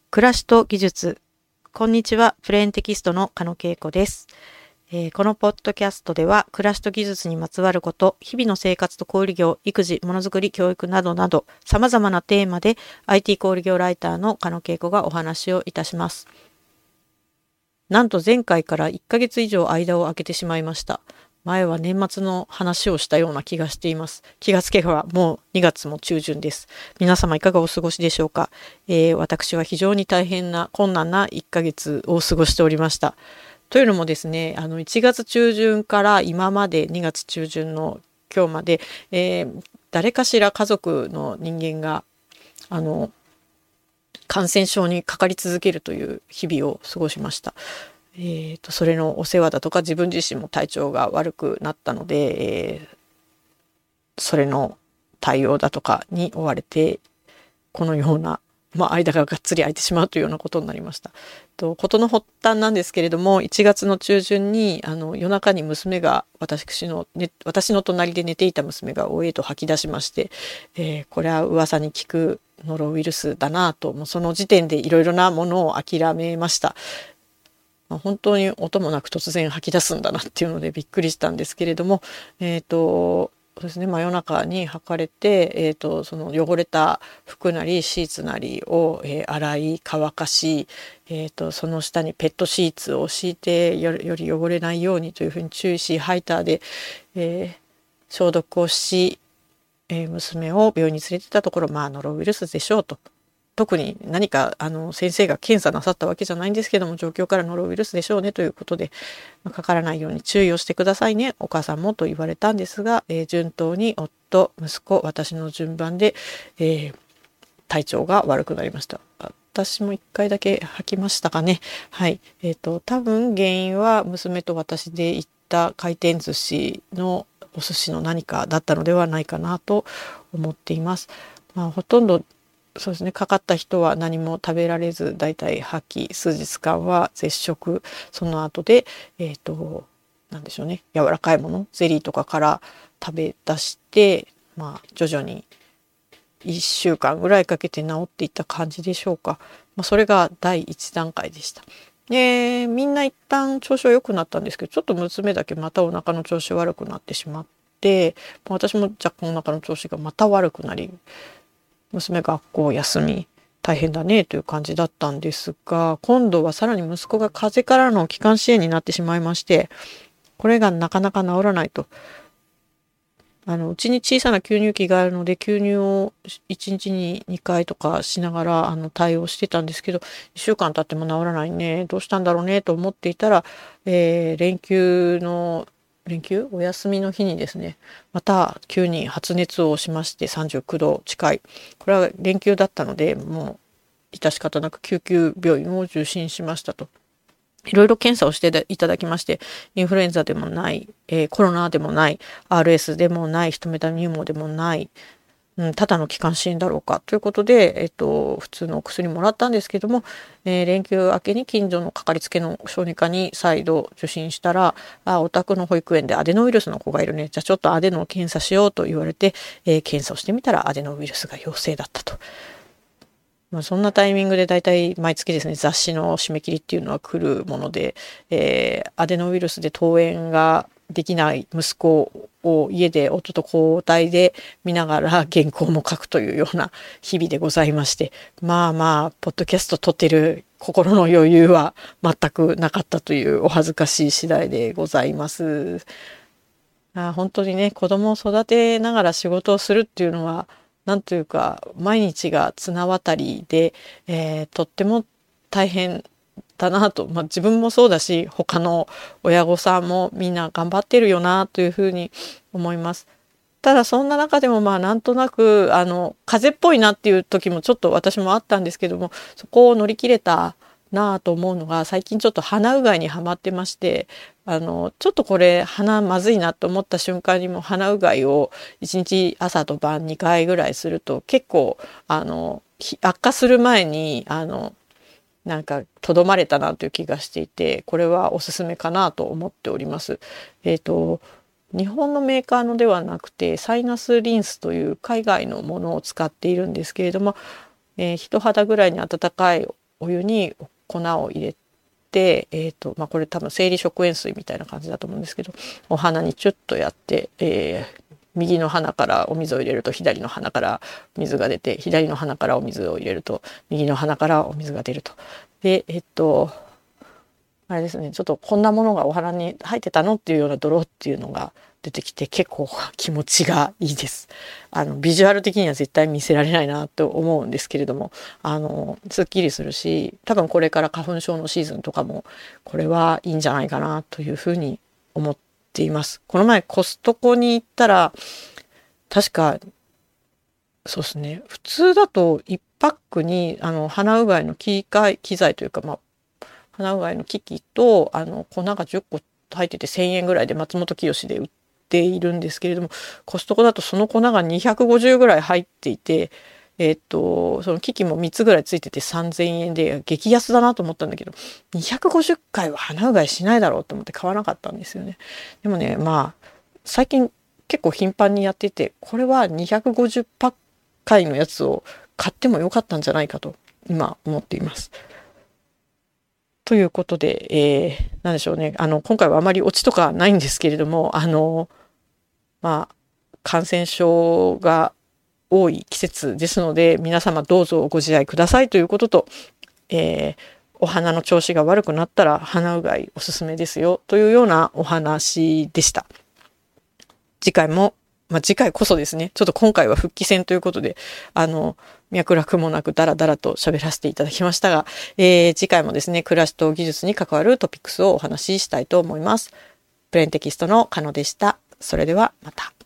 暮らしと技術。こんにちは、プレーンテキストの加野恵子です。このポッドキャストでは、暮らしと技術にまつわること、日々の生活と小売業、育児、ものづくり、教育などなど、様々なテーマで IT 小売業ライターの加野恵子がお話をいたします。なんと前回から1ヶ月以上間を空けてしまいました。前は年末の話をしたような気がしています。気がつけばもう2月も中旬です。皆様いかがお過ごしでしょうか。私は非常に大変な困難な1ヶ月を過ごしておりました。というのもですね、1月中旬から今まで2月中旬の今日まで、誰かしら家族の人間が感染症にかかり続けるという日々を過ごしました。それのお世話だとか自分自身も体調が悪くなったので、それの対応だとかに追われてこのような、間ががっつり空いてしまうというようなことになりました。事の発端なんですけれども、1月の中旬に夜中に娘が私の隣で寝ていた娘がおえと吐き出しまして、これは噂に聞くノロウイルスだなと、もうその時点でいろいろなものを諦めました。本当に音もなく突然吐き出すんだなっていうのでびっくりしたんですけれども、そうですね、真夜中に吐かれて、その汚れた服なりシーツなりを、洗い乾かし、その下にペットシーツを敷いてより汚れないようにというふうに注意し、ハイターで、消毒をし、娘を病院に連れてったところ、ノロウイルスでしょうと。特に何か先生が検査なさったわけじゃないんですけども、状況からノロウイルスでしょうねということで、かからないように注意をしてくださいね、お母さんもと言われたんですが、順当に夫、息子、私の順番で、体調が悪くなりました。私も1回だけ吐きましたかね。はい。多分原因は娘と私で行った回転寿司のお寿司の何かだったのではないかなと思っています。ほとんどそうですね、かかった人は何も食べられず、だいたい吐き、数日間は絶食、その後でなんでしょうね、柔らかいもの、ゼリーとかから食べ出して、徐々に1週間ぐらいかけて治っていった感じでしょうか。それが第1段階でした。で、みんな一旦調子は良くなったんですけど、ちょっと娘だけまたお腹の調子悪くなってしまって、私も若干お腹の調子がまた悪くなり、娘学校休み大変だねという感じだったんですが、今度はさらに息子が風邪からの気管支炎になってしまいまして、これがなかなか治らないと。うちに小さな吸入器があるので、吸入を1日に2回とかしながら対応してたんですけど、1週間経っても治らないね、どうしたんだろうねと思っていたら、連休お休みの日にですね、また急に発熱をしまして、39度近い。これは連休だったので、もう致し方なく救急病院を受診しましたと。いろいろ検査をしていただきまして、インフルエンザでもない、コロナでもない、RS でもない、ヒトメタニューモでもない、ただの気管支炎だろうかということで、普通のお薬もらったんですけども、連休明けに近所のかかりつけの小児科に再度受診したら、お宅の保育園でアデノウイルスの子がいるね、じゃあちょっとアデノを検査しようと言われて、検査をしてみたらアデノウイルスが陽性だったと。そんなタイミングでだいたい毎月ですね、雑誌の締め切りっていうのは来るもので、アデノウイルスで登園ができない息子を家で夫と交代で見ながら原稿も書くというような日々でございまして、ポッドキャスト撮ってる心の余裕は全くなかったというお恥ずかしい次第でございます。本当にね、子供を育てながら仕事をするっていうのは、なんというか毎日が綱渡りで、とっても大変だなと、自分もそうだし、他の親御さんもみんな頑張ってるよなというふうに思います。ただそんな中でもなんとなく風邪っぽいなっていう時もちょっと私もあったんですけども、そこを乗り切れたなあと思うのが、最近ちょっと鼻うがいにはまってまして、ちょっとこれ鼻まずいなと思った瞬間にも鼻うがいを1日朝と晩2回ぐらいすると結構悪化する前になんかとどまれたなという気がしていて、これはおすすめかなと思っております。日本のメーカーのではなくてサイナスリンスという海外のものを使っているんですけれども、人肌ぐらいに温かいお湯に粉を入れて、これ多分生理食塩水みたいな感じだと思うんですけど、お花にチュッとやって、右の鼻からお水を入れると左の鼻から水が出て、左の鼻からお水を入れると右の鼻からお水が出ると。で、あれですね、ちょっとこんなものがお花に入ってたのっていうような泥っていうのが出てきて、結構気持ちがいいです。ビジュアル的には絶対見せられないなと思うんですけれども、すっきりするし、多分これから花粉症のシーズンとかもこれはいいんじゃないかなというふうに思っています。この前コストコに行ったら、確かそうですね、普通だと1パックに鼻うがいの機材というか、鼻うがいの機器と粉が10個入ってて1000円ぐらいで松本清で売っているんですけれども、コストコだとその粉が250ぐらい入っていて、その機器も3つぐらいついてて3000円で激安だなと思ったんだけど、250回は鼻うがいしないだろうと思って買わなかったんですよね。でもね、最近結構頻繁にやってて、これは250回のやつを買ってもよかったんじゃないかと今思っています。ということで、なんでしょうね。今回はあまりオチとかないんですけれども、感染症が多い季節ですので、皆様どうぞご自愛くださいということと、お花の調子が悪くなったら鼻うがいおすすめですよというようなお話でした。次回こそですね、ちょっと今回は復帰戦ということで、脈絡もなくダラダラと喋らせていただきましたが、次回もですね、暮らしと技術に関わるトピックスをお話ししたいと思います。プレーンテキストのカノでした。それではまた。